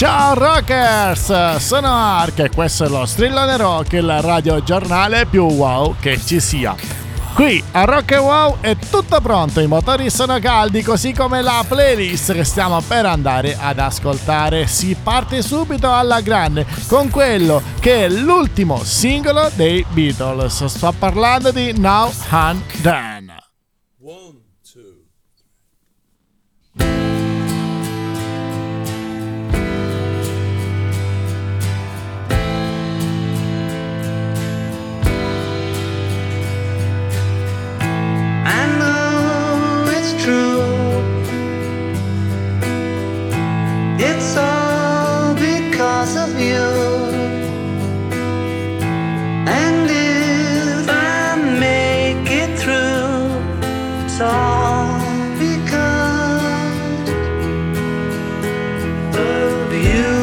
Ciao rockers, sono Ark e questo è lo Strillone Rock, il radiogiornale più wow che ci sia. Qui a Rock and Wow è tutto pronto, i motori sono caldi così come la playlist che stiamo per andare ad ascoltare. Si parte subito alla grande con quello che è l'ultimo singolo dei Beatles. Sto parlando di Now and Then. 1, 2. It's all because of you. And if I make it through, it's all because of you.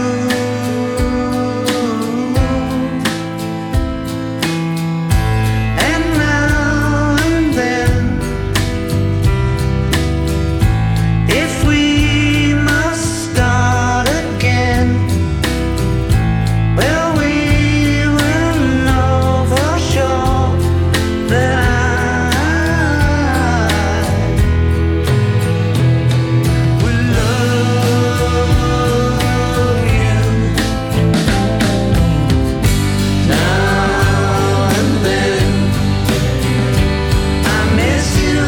And now and then, if we must start again, well, we will know for sure that I will love you now and then. I miss you.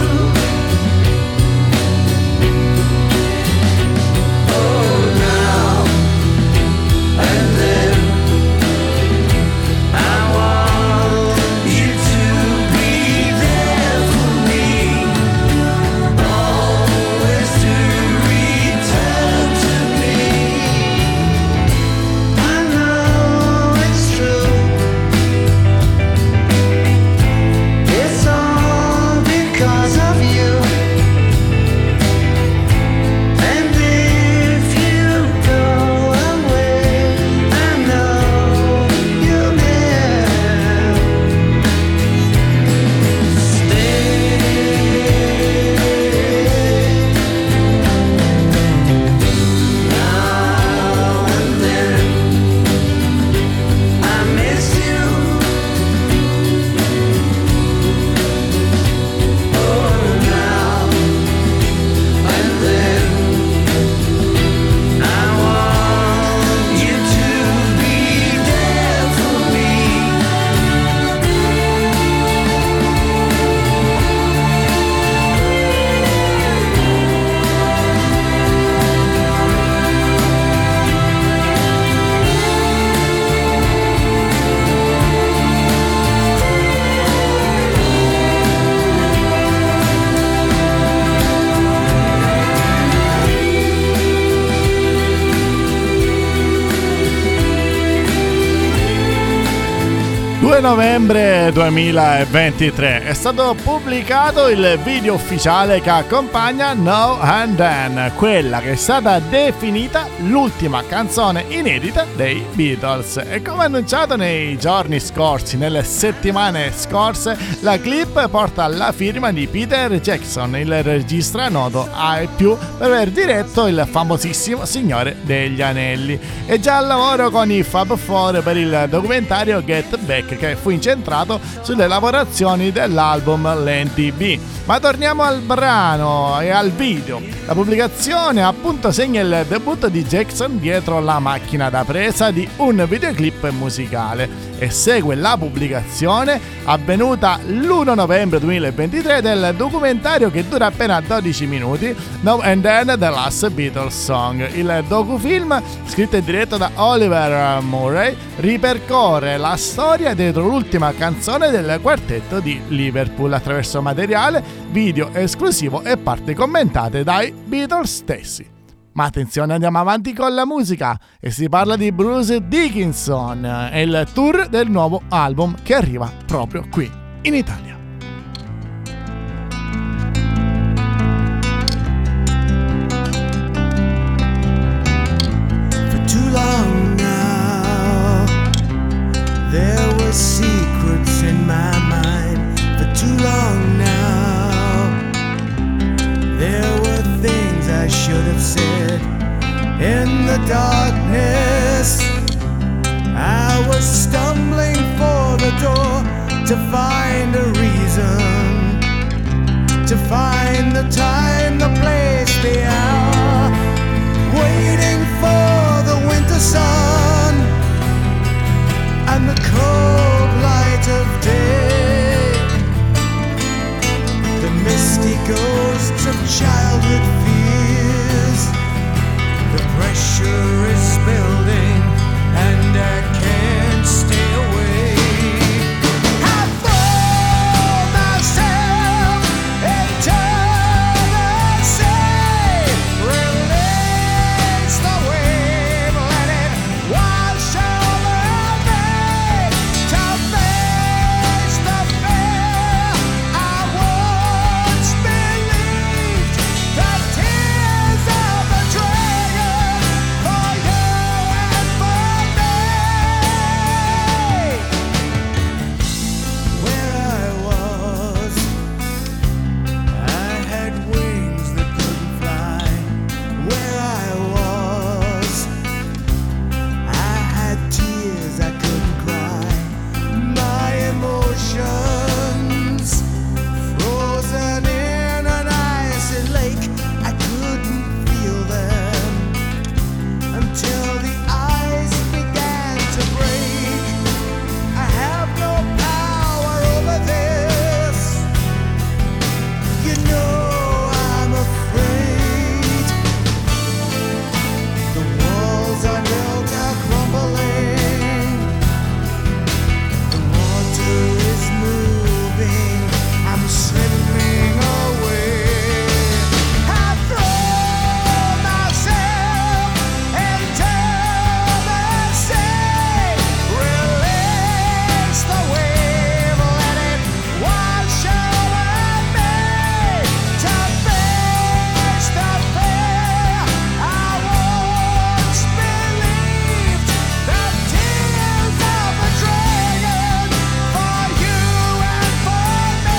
Novembre 2023 è stato pubblicato il video ufficiale che accompagna Now and Then, quella che è stata definita l'ultima canzone inedita dei Beatles. E come annunciato nei giorni scorsi, nelle settimane scorse, la clip porta la firma di Peter Jackson, il regista noto ai più per aver diretto il famosissimo Signore degli Anelli, e già al lavoro con i Fab Four per il documentario Get Back, che fu incentrato sulle lavorazioni dell'album l'NTB. Ma torniamo al brano e al video. La pubblicazione appunto segna il debutto di Jackson dietro la macchina da presa di un videoclip musicale, e segue la pubblicazione avvenuta l'1 novembre 2023 del documentario che dura appena 12 minuti, Now and Then The Last Beatles Song. Il docufilm, scritto e diretto da Oliver Murray, ripercorre la storia dietro l'ultima canzone del quartetto di Liverpool attraverso materiale, video esclusivo e parti commentate dai Beatles stessi. Ma attenzione, andiamo avanti con la musica e si parla di Bruce Dickinson e il tour del nuovo album che arriva proprio qui in Italia. For too long now, there were secrets in my mind. For too long now, there were things I should have said in the darkness. to find a reason, to find the time, the place, the hour, waiting for the winter sun and the cold light of day. The misty ghosts of childhood fears. The pressure is building and I can't stay away. I throw myself into the sea, release the wave, let it wash over me, to face the fear I once believed, the tears of the dragon for you and for me. Where I was, I had wings that couldn't fly. Where I was, I had tears I couldn't cry. My emotions frozen in an icy lake. I couldn't feel them until the ice began to break. I have no power over this. You know I'm afraid. The walls I built are crumbling. The water is moving. I'm slipping away. I throw myself into the sea. Release the wave, let it wash over me, to face the fear I once believed, the tears of a dragon for you and for me.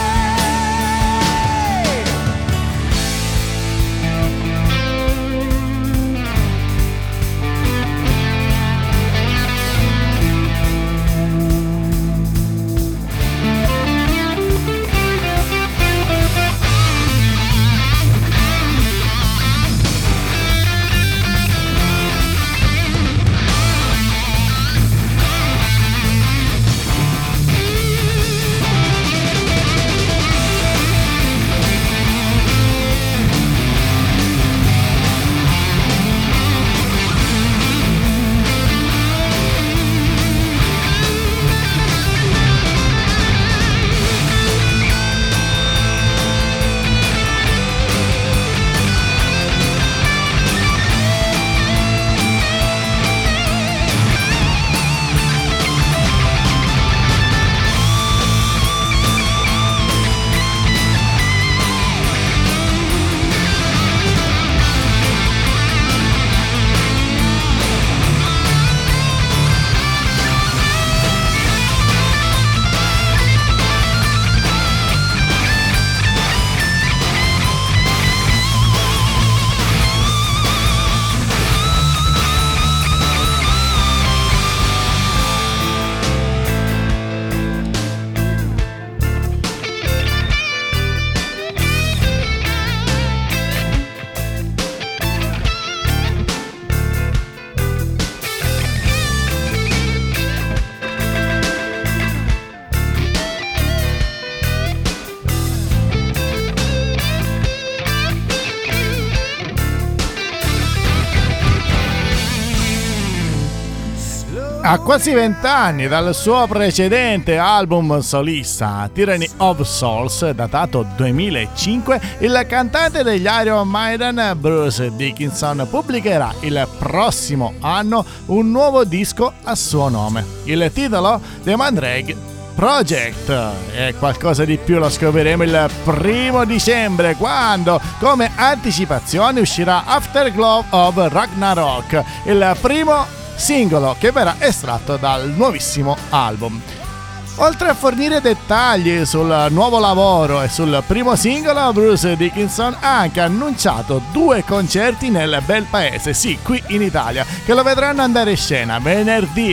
A quasi 20 anni dal suo precedente album solista Tyranny of Souls, datato 2005, il cantante degli Iron Maiden Bruce Dickinson pubblicherà il prossimo anno un nuovo disco a suo nome. Il titolo The Mandrake Project e qualcosa di più lo scopriremo il 1 dicembre, quando come anticipazione uscirà Afterglow of Ragnarok, il primo singolo che verrà estratto dal nuovissimo album. Oltre a fornire dettagli sul nuovo lavoro e sul primo singolo, Bruce Dickinson ha anche annunciato 2 concerti nel bel paese, sì, qui in Italia, che lo vedranno andare in scena venerdì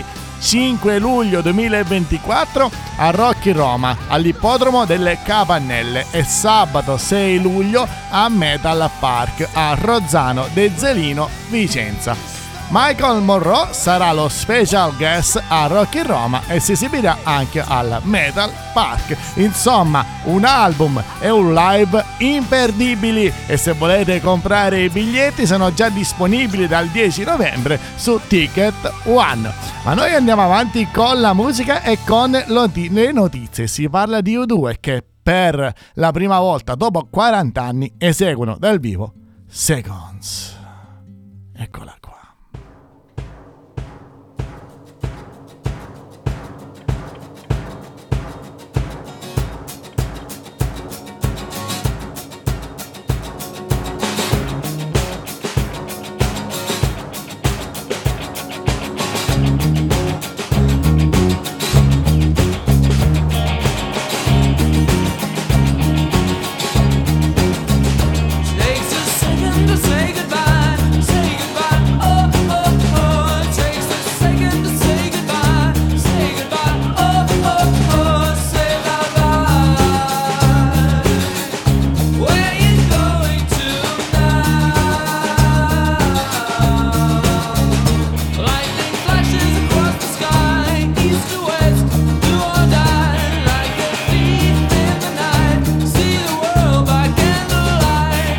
5 luglio 2024 a Rocchi Roma, all'ippodromo delle Capannelle, e sabato 6 luglio a Metal Park a Rozzano de Zelino, Vicenza. Michael Monroe sarà lo special guest a Rocchi Roma e si esibirà anche al Metal Park. Insomma, un album e un live imperdibili, e se volete comprare i biglietti sono già disponibili dal 10 novembre su Ticket One. Ma noi andiamo avanti con la musica e con le notizie. Si parla di U2 che per la prima volta dopo 40 anni eseguono dal vivo Seconds. Eccola qua. Say goodbye, say goodbye, oh, oh, oh. It takes a second to say goodbye, oh, oh, oh. Say bye-bye. Where you going tonight? Lightning flashes across the sky, east to west, do or die. Like a thief in the night, see the world by candlelight.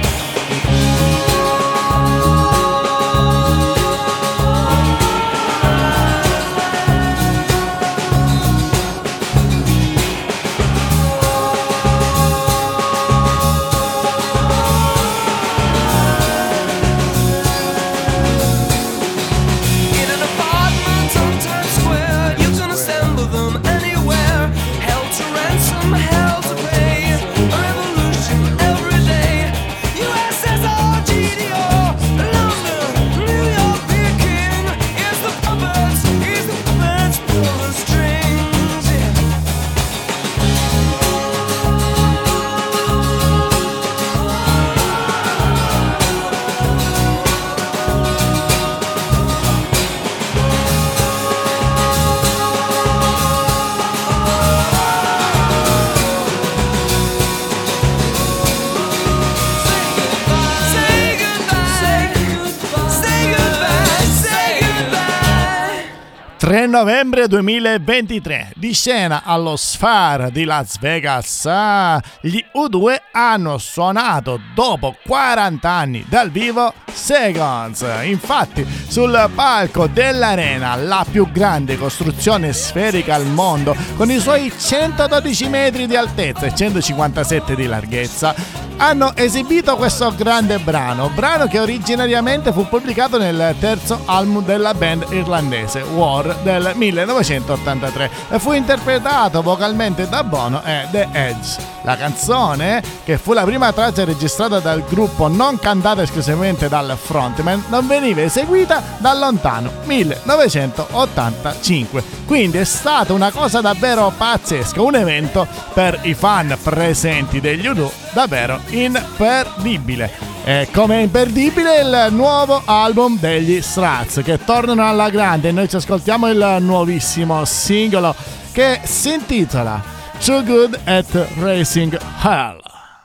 In an apartment on Times Square, you can assemble them anywhere. Held to ransom, hell to pay. A revolution every day. USSR, GDO, London, New York, Peking. Here's the puppets, pull the strings. Yeah. Say goodbye, say goodbye, say goodbye. 3 novembre 2023, di scena allo Sphere di Las Vegas, gli U2 hanno suonato dopo 40 anni dal vivo Seconds. Infatti, sul palco dell'arena, la più grande costruzione sferica al mondo, con i suoi 112 metri di altezza e 157 di larghezza, hanno esibito questo grande brano che originariamente fu pubblicato nel terzo album della band irlandese, War, del 1983, e fu interpretato vocalmente da Bono e The Edge. La canzone, che fu la prima traccia registrata dal gruppo non cantata esclusivamente dal frontman, non veniva eseguita dal lontano 1985. Quindi è stata una cosa davvero pazzesca, un evento per i fan presenti degli U2 davvero imperdibile. E come imperdibile il nuovo album degli Struts, che tornano alla grande, e noi ci ascoltiamo il nuovissimo singolo che si intitola Too Good at Raising Hell.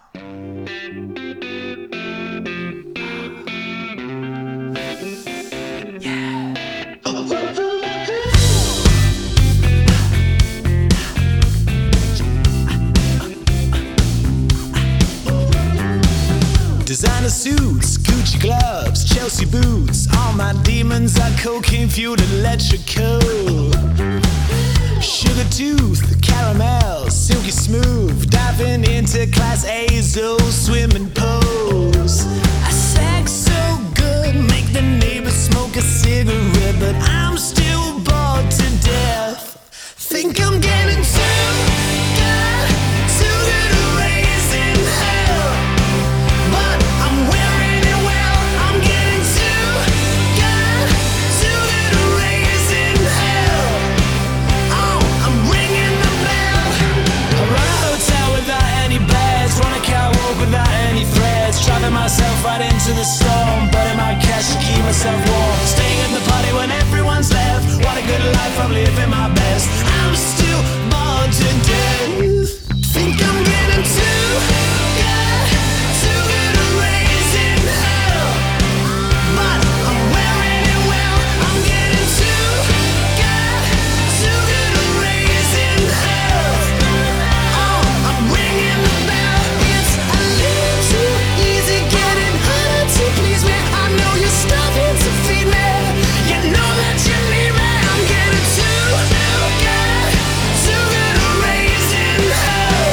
Designer suits, Gucci gloves, Chelsea boots. All my demons are cocaine fueled electrical. Sugar tooth, caramel, silky smooth. Diving into class A's, old swimming pools. I sex so good, make the neighbors smoke a cigarette. But I'm still bored to death. Think I'm getting too good at raising hell. But I'm wearing it well. I'm getting too good at raising hell. Oh, I'm ringing the bell. I run a hotel without any beds, run a catwalk without any threads. Driving myself right into the storm, burning my cash to keep myself warm. Staying at the party when everyone's left. What a good life life, I'm living my best. I'm still bored to death. Think I'm getting too good at raising hell, but I'm wearing it well. I'm getting too good at raising hell. Oh, I'm ringing the bell. It's a little too easy getting harder to please me. I know you're starving to feed me. You know that you need me. I'm getting too good at raising hell.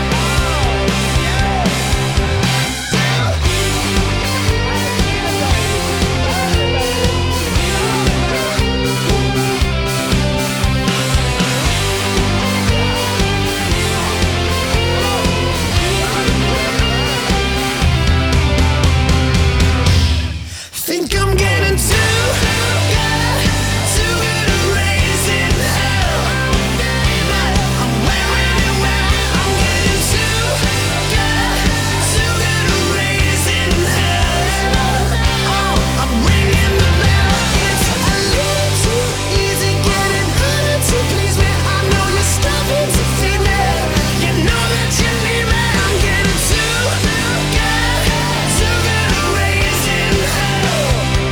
Think I'm getting too good at raising hell, but I'm wearing it well. I'm getting too good at raising hell. Oh, I'm ringing the bell. It's a little too easy getting harder to please me. I know you're starving to feed me. You know that you need me. I'm getting too good at raising hell.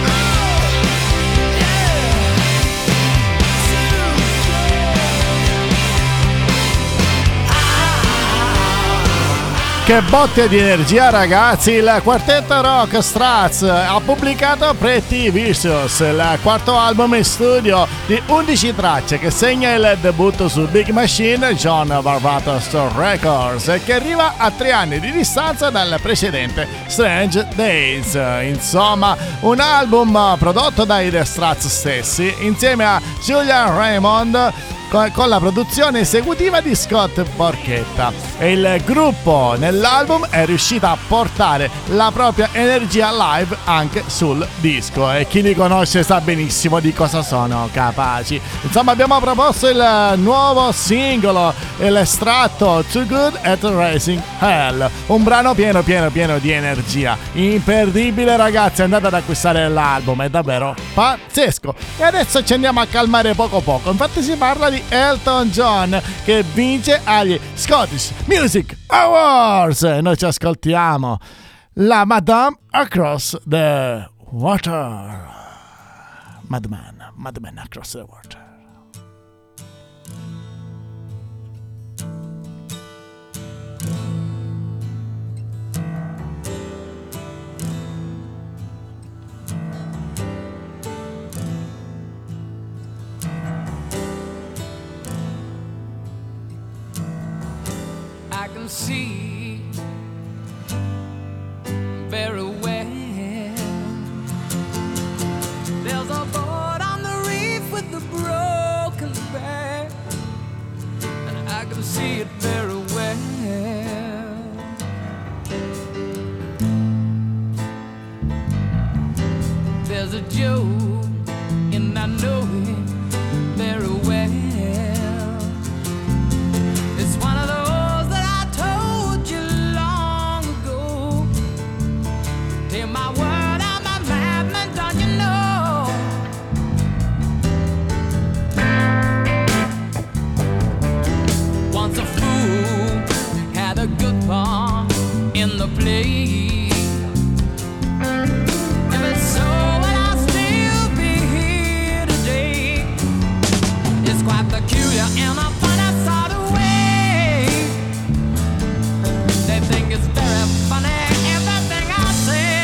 Che botte di energia, ragazzi! Il quartetto rock Struts ha pubblicato Pretty Vicious, il quarto album in studio di 11 tracce che segna il debutto su Big Machine John Barbatos Records e che arriva a 3 anni di distanza dal precedente Strange Days. Insomma, un album prodotto dai The Struts stessi insieme a Julian Raymond con la produzione esecutiva di Scott Borchetta, e il gruppo nell'album è riuscito a portare la propria energia live anche sul disco, e chi li conosce sa benissimo di cosa sono capaci. Insomma, abbiamo proposto il nuovo singolo, l'estratto Too Good at Raising Hell, un brano pieno di energia, imperdibile, ragazzi. Andate ad acquistare l'album, è davvero pazzesco. E adesso ci andiamo a calmare poco, infatti si parla di Elton John che vince agli Scottish Music Awards. Noi ci ascoltiamo la Madame Across the Water. Madman Across the Water. I can see very well. There's a boat on the reef with a broken back, and I can see it very well. There's a joke, and I know it very well. It's one of those my word, I'm a madman, don't you know? Once a fool had a good part in the play. If it's so, would I still be here today? It's quite peculiar in a funny sort of way. They think it's very funny, everything I say.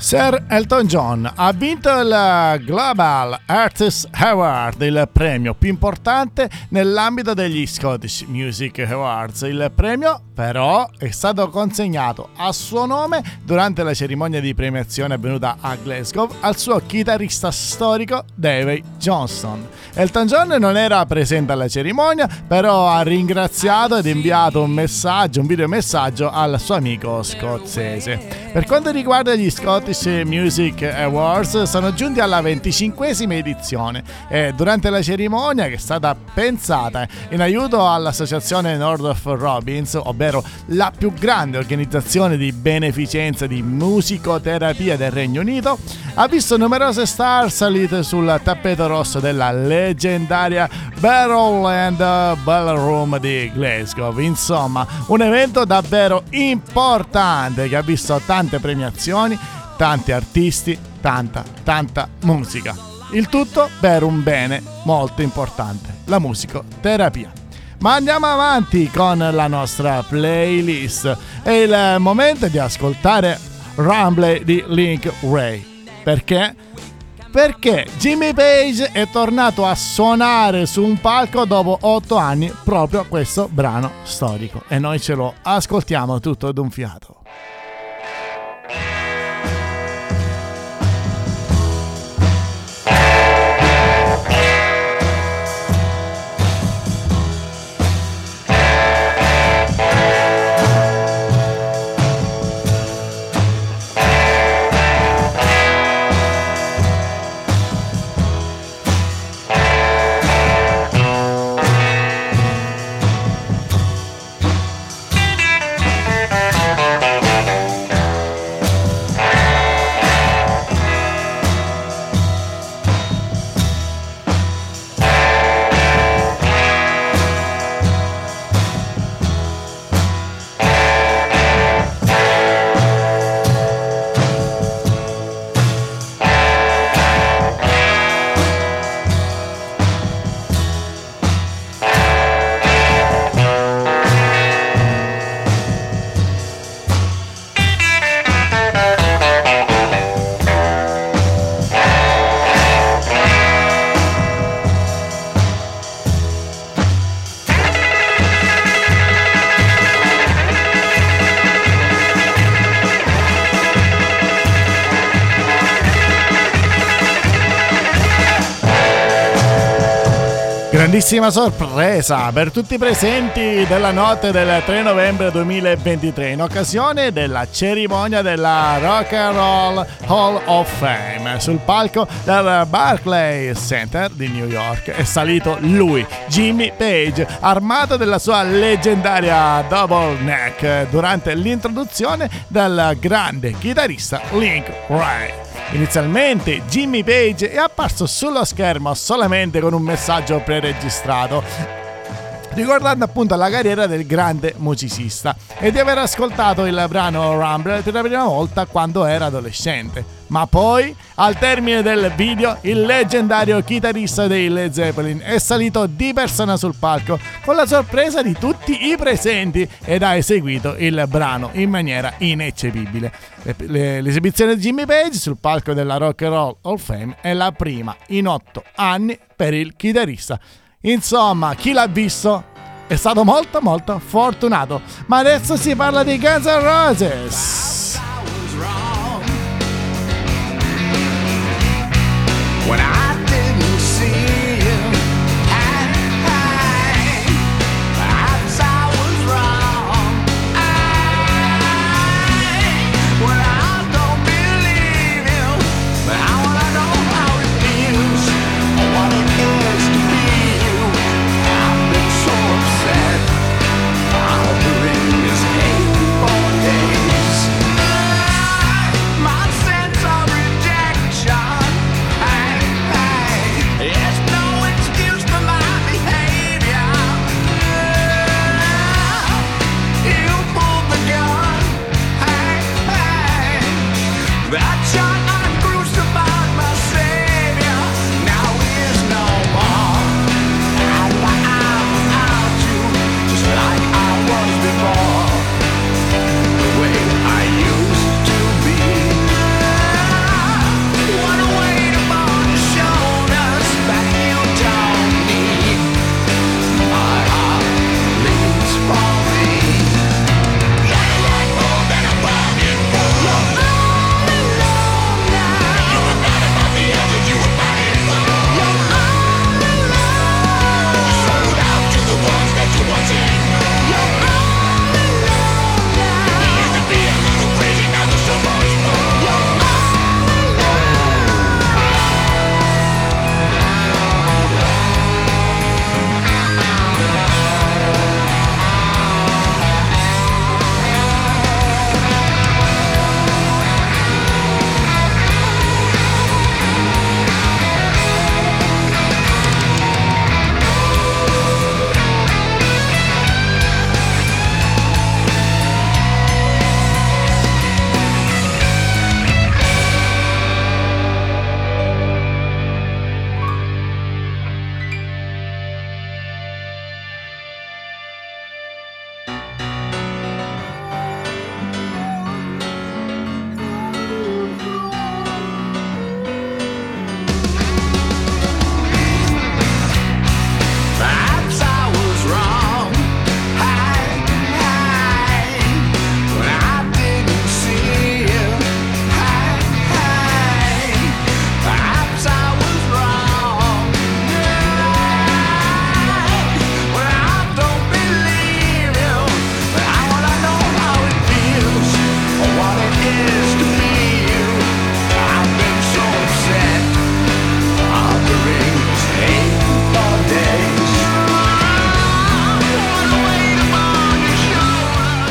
Sir Elton John ha vinto il Global Artist Award, il premio più importante nell'ambito degli Scottish Music Awards. Il premio però è stato consegnato a suo nome durante la cerimonia di premiazione avvenuta a Glasgow al suo chitarrista storico Davy Johnson. Elton John non era presente alla cerimonia, però ha ringraziato ed inviato un videomessaggio al suo amico scozzese. Per quanto riguarda gli Scottish Music Awards, sono giunti alla 25esima edizione e durante la cerimonia, che è stata pensata in aiuto all'associazione Northrop Robbins, ovvero la più grande organizzazione di beneficenza di musicoterapia del Regno Unito, ha visto numerose star salite sul tappeto rosso della leggendaria Barrowland Ballroom di Glasgow. Insomma, un evento davvero importante che ha visto tante premiazioni, tanti artisti, tanta musica. Il tutto per un bene molto importante, la musicoterapia. Ma andiamo avanti con la nostra playlist. È il momento di ascoltare Rumble di Link Wray. Perché? Perché Jimmy Page è tornato a suonare su un palco dopo 8 anni proprio questo brano storico. E noi ce lo ascoltiamo tutto d'un fiato. Grandissima sorpresa per tutti i presenti della notte del 3 novembre 2023 in occasione della cerimonia della Rock and Roll Hall of Fame. Sul palco del Barclays Center di New York è salito lui, Jimmy Page, armato della sua leggendaria double neck durante l'introduzione del grande chitarrista Link Wray. Inizialmente Jimmy Page è apparso sullo schermo solamente con un messaggio preregistrato, ricordando appunto la carriera del grande musicista e di aver ascoltato il brano Rumble per la prima volta quando era adolescente. Ma poi, al termine del video, il leggendario chitarrista dei Led Zeppelin è salito di persona sul palco con la sorpresa di tutti i presenti ed ha eseguito il brano in maniera ineccepibile. L'esibizione di Jimmy Page sul palco della Rock and Roll Hall of Fame è la prima in 8 anni per il chitarrista. Insomma, chi l'ha visto è stato molto fortunato. Ma adesso si parla di Guns N' Roses. When I didn't see you, perhaps I was wrong. Well, I don't believe you, but I wanna know how it feels, what it is to be you. I've been so upset, I'll bring this hate for days.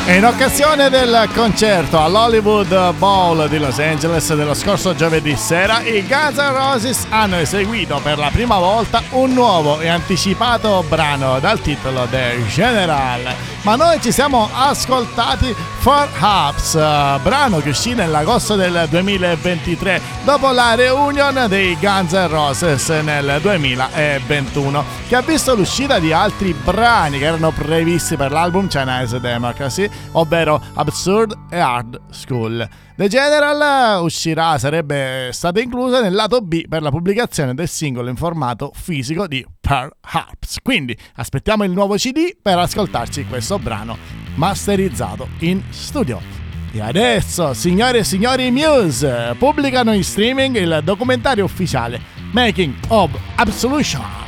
E in occasione del concerto all'Hollywood Bowl di Los Angeles dello scorso giovedì sera, i Guns N' Roses hanno eseguito per la prima volta un nuovo e anticipato brano dal titolo The General. Ma noi ci siamo ascoltati For Ups, brano che uscì nell'agosto del 2023 dopo la reunion dei Guns N' Roses nel 2021, che ha visto l'uscita di altri brani che erano previsti per l'album Chinese Democracy, ovvero Absurd e Hard School. The General sarebbe stata inclusa nel lato B per la pubblicazione del singolo in formato fisico di Pearl Harps. Quindi aspettiamo il nuovo CD per ascoltarci questo brano masterizzato in studio. E adesso, signore e signori, Muse pubblicano in streaming il documentario ufficiale Making of Absolution.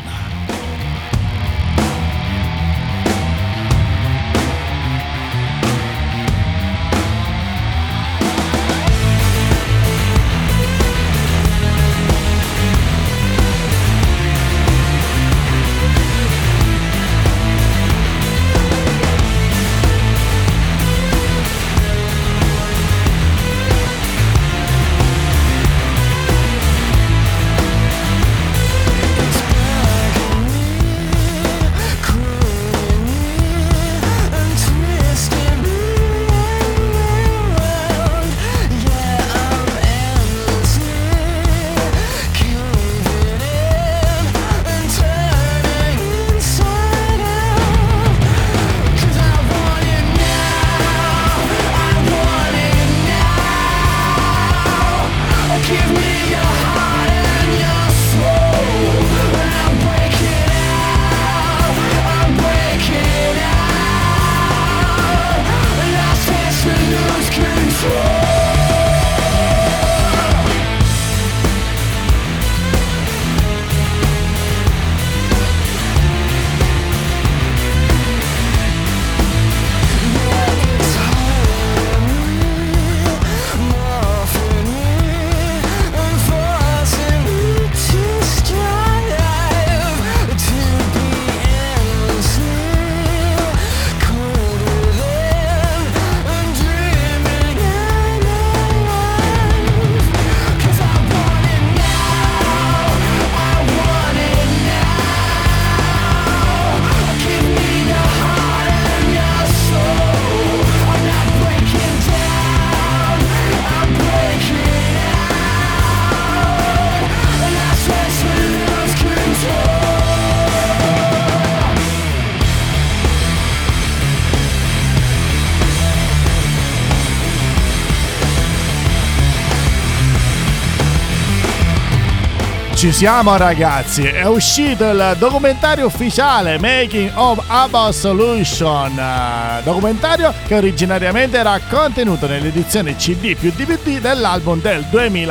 Ci siamo ragazzi, è uscito il documentario ufficiale Making of Absolution, documentario che originariamente era contenuto nell'edizione CD più DVD dell'album del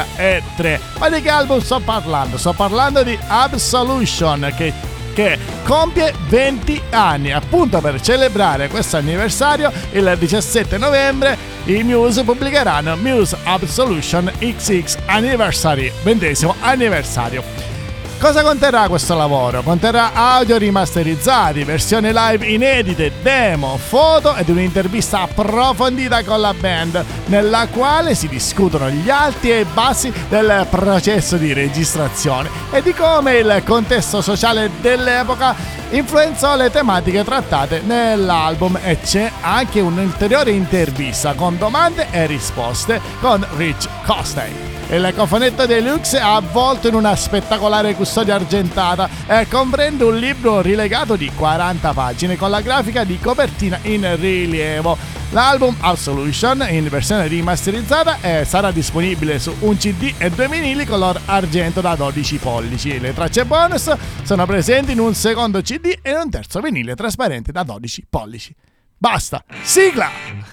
2003. Ma di che album sto parlando? Sto parlando di Absolution che compie 20 anni. Appunto, per celebrare questo anniversario, il 17 novembre i Muse pubblicheranno Muse Absolution XX Anniversary, 20° anniversario. Cosa conterrà questo lavoro? Conterrà audio rimasterizzati, versioni live inedite, demo, foto ed un'intervista approfondita con la band, nella quale si discutono gli alti e i bassi del processo di registrazione e di come il contesto sociale dell'epoca influenzò le tematiche trattate nell'album. E c'è anche un'ulteriore intervista con domande e risposte con Rich Costey. Il cofanetto deluxe è avvolto in una spettacolare custodia argentata e comprende un libro rilegato di 40 pagine con la grafica di copertina in rilievo. L'album Absolution in versione rimasterizzata sarà disponibile su un CD e 2 vinili color argento da 12 pollici. Le tracce bonus sono presenti in un secondo CD e un terzo vinile trasparente da 12 pollici. Basta, sigla!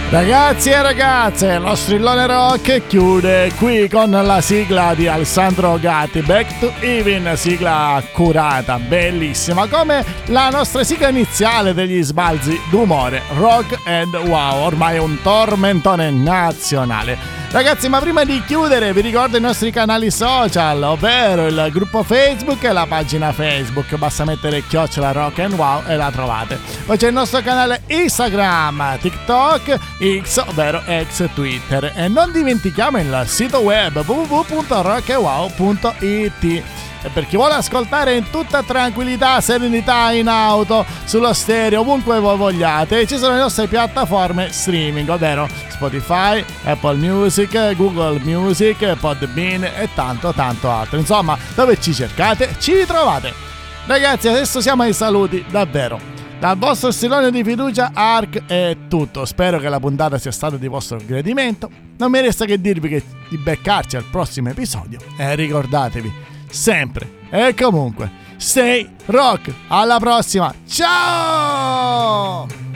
Ragazzi e ragazze, lo strillone rock chiude qui con la sigla di Alessandro Gatti, Back to Even, sigla curata, bellissima, come la nostra sigla iniziale degli sbalzi d'umore, Rock and Wow, ormai un tormentone nazionale. Ragazzi, ma prima di chiudere vi ricordo i nostri canali social, ovvero il gruppo Facebook e la pagina Facebook, basta mettere @ Rock and Wow e la trovate. Poi c'è il nostro canale Instagram, TikTok, X, ovvero ex Twitter, e non dimentichiamo il sito web www.rockandwow.it. E per chi vuole ascoltare in tutta tranquillità, serenità, in auto, sullo stereo, ovunque voi vogliate, ci sono le nostre piattaforme streaming, ovvero Spotify, Apple Music, Google Music, Podbean e tanto altro. Insomma, dove ci cercate, ci trovate. Ragazzi, adesso siamo ai saluti, davvero. Dal vostro stilone di fiducia Ark è tutto. Spero che la puntata sia stata di vostro gradimento. Non mi resta che dirvi che di beccarci al prossimo episodio. E ricordatevi sempre e comunque, stay rock. Alla prossima, ciao!